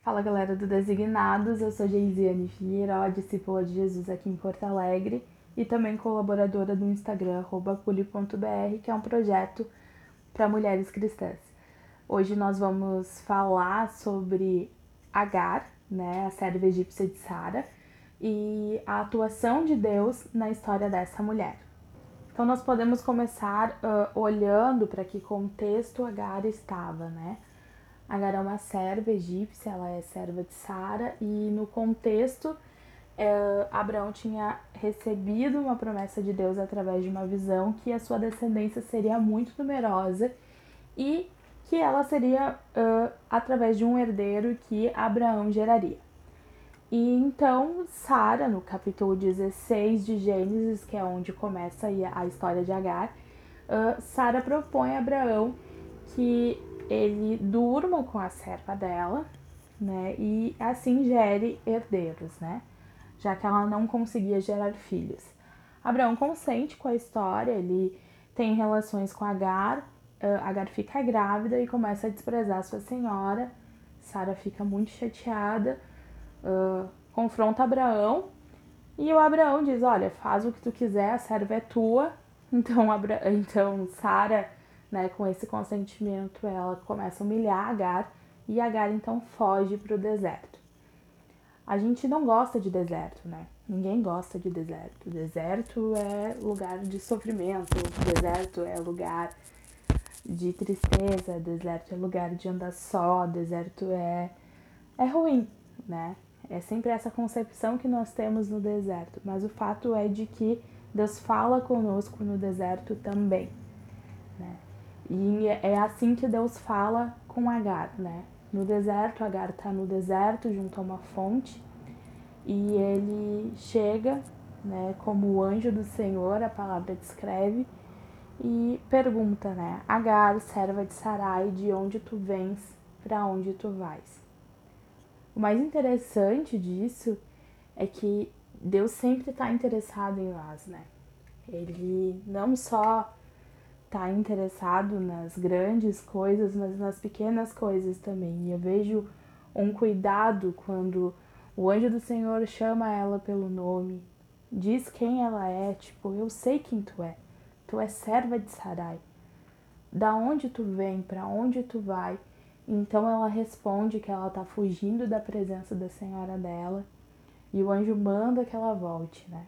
Fala galera do Designados, eu sou Geisiane Figueiró, discípula de Jesus aqui em Porto Alegre e também colaboradora do Instagram @puli.br, que é um projeto para mulheres cristãs. Hoje nós vamos falar sobre Agar, né, a serva egípcia de Sara, e a atuação de Deus na história dessa mulher. Então nós podemos começar olhando para que contexto Agar estava, né? Agar é uma serva egípcia, ela é serva de Sara, e no contexto, Abraão tinha recebido uma promessa de Deus através de uma visão que a sua descendência seria muito numerosa e que ela seria através de um herdeiro que Abraão geraria. E então, Sara, no capítulo 16 de Gênesis, que é onde começa a história de Agar, Sara propõe a Abraão que ele durma com a serva dela, né, e assim gere herdeiros, né, já que ela não conseguia gerar filhos. Abraão consente com a história, ele tem relações com Agar, Agar fica grávida e começa a desprezar sua senhora. Sara fica muito chateada, confronta Abraão e o Abraão diz: olha, faz o que tu quiser, a serva é tua. Então Sara, né, com esse consentimento, ela começa a humilhar Agar e Agar então foge para o deserto. A gente não gosta de deserto, né? Ninguém gosta de deserto. Deserto é lugar de sofrimento, deserto é lugar de tristeza, deserto é lugar de andar só, deserto é ruim, né? É sempre essa concepção que nós temos no deserto, mas o fato é de que Deus fala conosco no deserto também, né? E é assim que Deus fala com Agar, né? No deserto, Agar está no deserto junto a uma fonte e ele chega, né, como o anjo do Senhor, a palavra descreve, e pergunta, né, Agar, serva de Sarai, de onde tu vens, para onde tu vais? O mais interessante disso é que Deus sempre está interessado em nós, né? Ele não só está interessado nas grandes coisas, mas nas pequenas coisas também. E eu vejo um cuidado quando o anjo do Senhor chama ela pelo nome, diz quem ela é, tipo, eu sei quem tu és serva de Sarai. Da onde tu vem, para onde tu vai? Então ela responde que ela está fugindo da presença da senhora dela e o anjo manda que ela volte, né?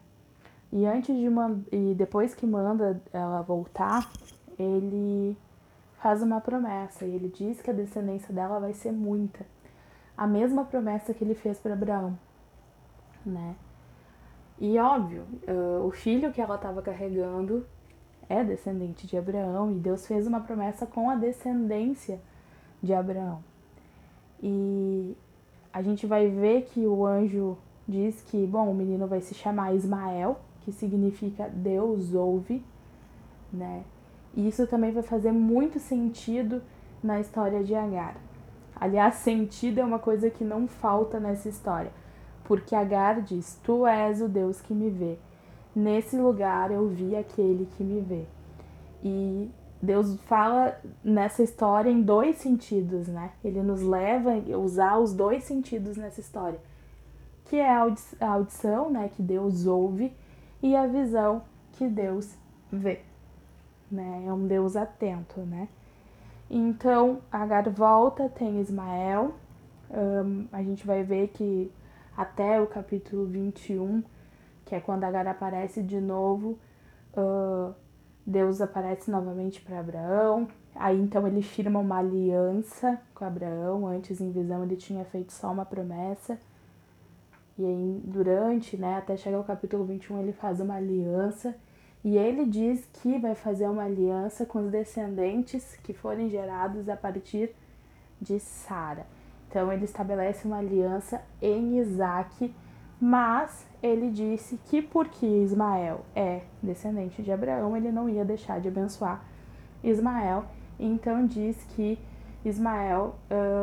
E depois que manda ela voltar, ele faz uma promessa e ele diz que a descendência dela vai ser muita. A mesma promessa que ele fez para Abraão, né? E óbvio, o filho que ela estava carregando é descendente de Abraão e Deus fez uma promessa com a descendência de Abraão. E a gente vai ver que o anjo diz que, bom, o menino vai se chamar Ismael, que significa Deus ouve, né? E isso também vai fazer muito sentido na história de Agar. Aliás, sentido é uma coisa que não falta nessa história, porque Agar diz: tu és o Deus que me vê. Nesse lugar eu vi aquele que me vê. E Deus fala nessa história em dois sentidos, né? Ele nos leva a usar os dois sentidos nessa história, que é a audição, né, que Deus ouve, e a visão, que Deus vê, né? É um Deus atento, né? Então, Agar volta, tem Ismael, a gente vai ver que até o capítulo 21, que é quando Agar aparece de novo, Deus aparece novamente para Abraão. Aí então ele firma uma aliança com Abraão. Antes, em visão, ele tinha feito só uma promessa. E aí, durante, né, até chegar ao capítulo 21, ele faz uma aliança. E ele diz que vai fazer uma aliança com os descendentes que forem gerados a partir de Sara. Então ele estabelece uma aliança em Isaac, mas ele disse que porque Ismael é descendente de Abraão, ele não ia deixar de abençoar Ismael. Então diz que Ismael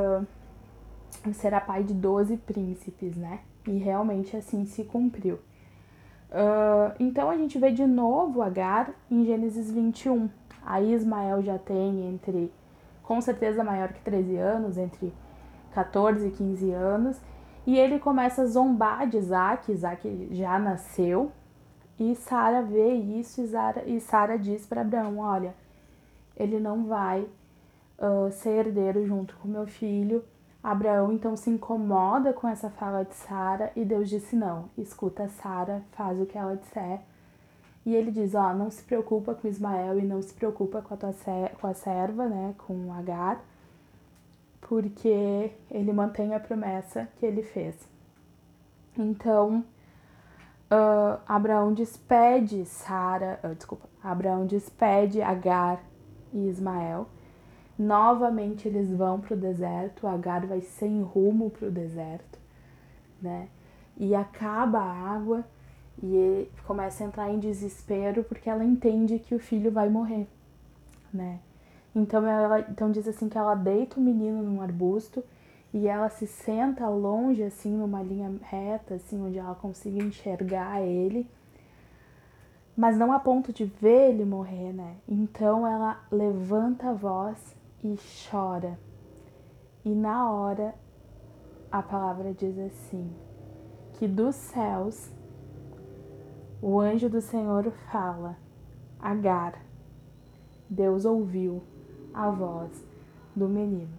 será pai de 12 príncipes, né? E realmente assim se cumpriu. Então a gente vê de novo Agar em Gênesis 21. Aí Ismael já tem com certeza maior que 13 anos, entre 14, 15 anos, e ele começa a zombar de Isaac. Isaac já nasceu, e Sara vê isso, e Sara diz para Abraão: olha, ele não vai ser herdeiro junto com meu filho. Abraão então se incomoda com essa fala de Sara, e Deus disse: não, escuta Sara, faz o que ela disser. E ele diz: ó, não se preocupa com Ismael e não se preocupa com a serva, né, com Agar, porque ele mantém a promessa que ele fez. Então, Abraão despede Abraão despede Agar e Ismael. Novamente eles vão para o deserto. Agar vai sem rumo para o deserto, né? E acaba a água e ele começa a entrar em desespero porque ela entende que o filho vai morrer, né? Então diz assim que ela deita o menino num arbusto e ela se senta longe, assim, numa linha reta, assim, onde ela consiga enxergar ele, mas não a ponto de ver ele morrer, né? Então ela levanta a voz e chora. E na hora a palavra diz assim, que dos céus o anjo do Senhor fala: Agar, Deus ouviu a voz do menino.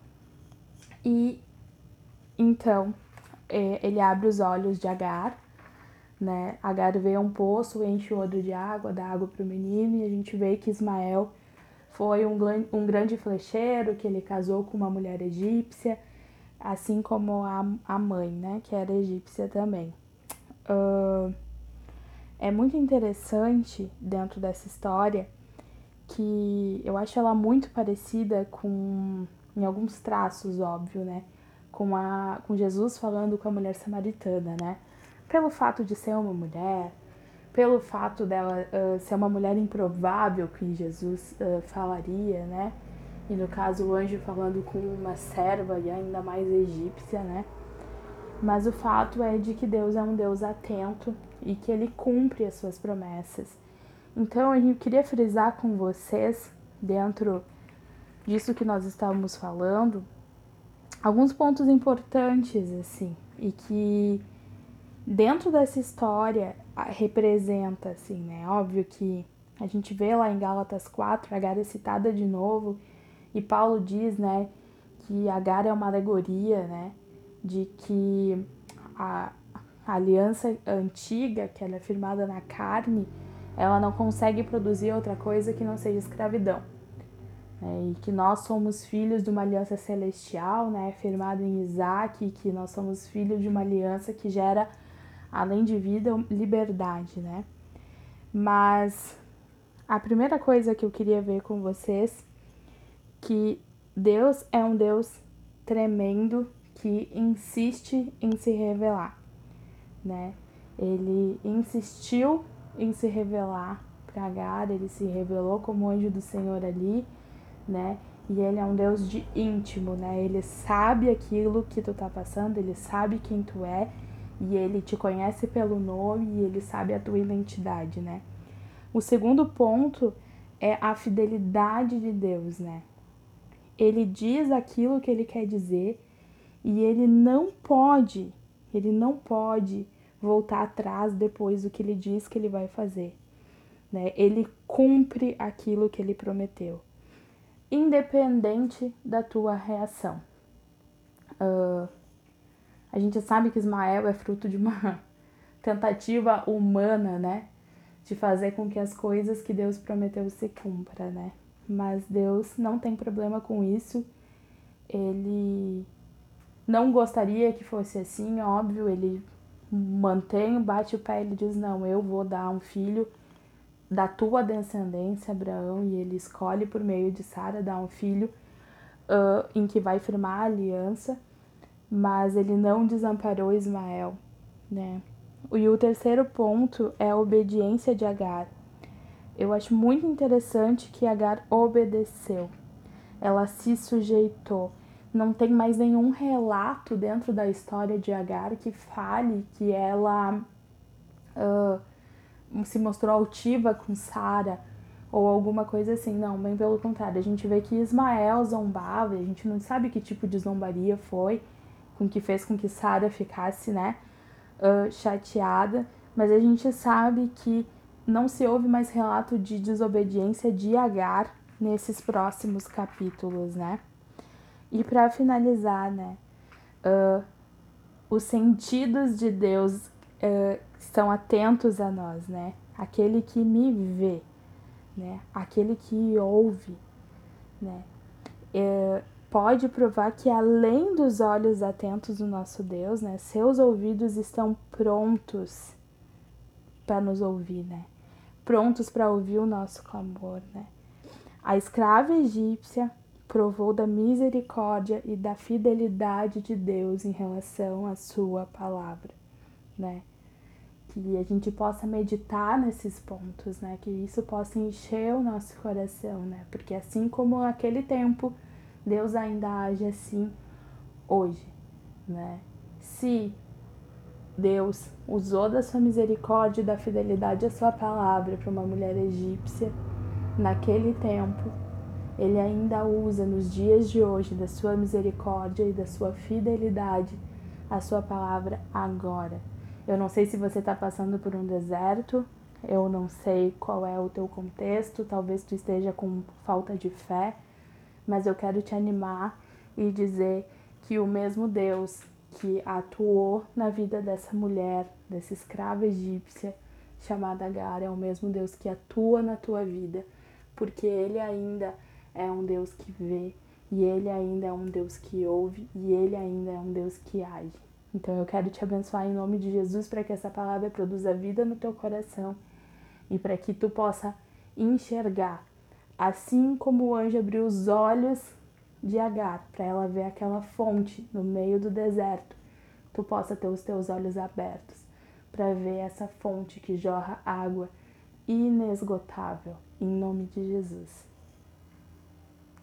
E então ele abre os olhos de Agar, né? Agar vê um poço, enche o odre de água, dá água para o menino, e a gente vê que Ismael foi um grande flecheiro, que ele casou com uma mulher egípcia, assim como a mãe, né, que era egípcia também. É muito interessante dentro dessa história que eu acho ela muito parecida com, em alguns traços, óbvio, né, com Jesus falando com a mulher samaritana, né, pelo fato de ser uma mulher, pelo fato dela ser uma mulher improvável que Jesus falaria, né, e no caso o anjo falando com uma serva e ainda mais egípcia, né, mas o fato é de que Deus é um Deus atento e que Ele cumpre as suas promessas. Então eu queria frisar com vocês, dentro disso que nós estávamos falando, alguns pontos importantes, assim, e que dentro dessa história representa, assim, né? Óbvio que a gente vê lá em Gálatas 4, Agar é citada de novo, e Paulo diz, né, que Agar é uma alegoria, né, de que a aliança antiga, que ela é firmada na carne, ela não consegue produzir outra coisa que não seja escravidão. E que nós somos filhos de uma aliança celestial, né, firmada em Isaac, que nós somos filhos de uma aliança que gera, além de vida, liberdade, né. Mas a primeira coisa que eu queria ver com vocês, que Deus é um Deus tremendo que insiste em se revelar, né? Ele insistiu em se revelar para Agar, ele se revelou como anjo do Senhor ali, né? E ele é um Deus de íntimo, né? Ele sabe aquilo que tu tá passando, ele sabe quem tu é, e ele te conhece pelo nome e ele sabe a tua identidade, né? O segundo ponto é a fidelidade de Deus, né? Ele diz aquilo que ele quer dizer e ele não pode voltar atrás depois do que ele diz que ele vai fazer, né? Ele cumpre aquilo que ele prometeu, independente da tua reação. A gente sabe que Ismael é fruto de uma tentativa humana, né? De fazer com que as coisas que Deus prometeu se cumpram, né? Mas Deus não tem problema com isso. Ele não gostaria que fosse assim, óbvio, ele bate o pé e ele diz: não, eu vou dar um filho da tua descendência, Abraão, e ele escolhe por meio de Sara dar um filho em que vai firmar a aliança, mas ele não desamparou Ismael, né? E o terceiro ponto é a obediência de Agar. Eu acho muito interessante que Agar obedeceu, ela se sujeitou. Não tem mais nenhum relato dentro da história de Agar que fale que ela se mostrou altiva com Sara ou alguma coisa assim. Não, bem pelo contrário. A gente vê que Ismael zombava, e a gente não sabe que tipo de zombaria foi, com que fez com que Sara ficasse, né, chateada, mas a gente sabe que não se ouve mais relato de desobediência de Agar nesses próximos capítulos, né? E para finalizar, né, os sentidos de Deus estão atentos a nós, né? Aquele que me vê, né? Aquele que ouve, né? Pode provar que além dos olhos atentos do nosso Deus, né? Seus ouvidos estão prontos para nos ouvir, né? Prontos para ouvir o nosso clamor, né? A escrava egípcia provou da misericórdia e da fidelidade de Deus em relação à sua palavra, né? Que a gente possa meditar nesses pontos, né? Que isso possa encher o nosso coração, né? Porque assim como naquele tempo, Deus ainda age assim hoje, né? Se Deus usou da sua misericórdia e da fidelidade à sua palavra para uma mulher egípcia naquele tempo, Ele ainda usa nos dias de hoje da sua misericórdia e da sua fidelidade à sua palavra agora. Eu não sei se você está passando por um deserto, eu não sei qual é o teu contexto, talvez tu esteja com falta de fé, mas eu quero te animar e dizer que o mesmo Deus que atuou na vida dessa mulher, dessa escrava egípcia chamada Agar, é o mesmo Deus que atua na tua vida, porque Ele ainda é um Deus que vê, e Ele ainda é um Deus que ouve, e Ele ainda é um Deus que age. Então eu quero te abençoar em nome de Jesus para que essa palavra produza vida no teu coração e para que tu possa enxergar, assim como o anjo abriu os olhos de Agar para ela ver aquela fonte no meio do deserto, tu possa ter os teus olhos abertos para ver essa fonte que jorra água inesgotável, em nome de Jesus.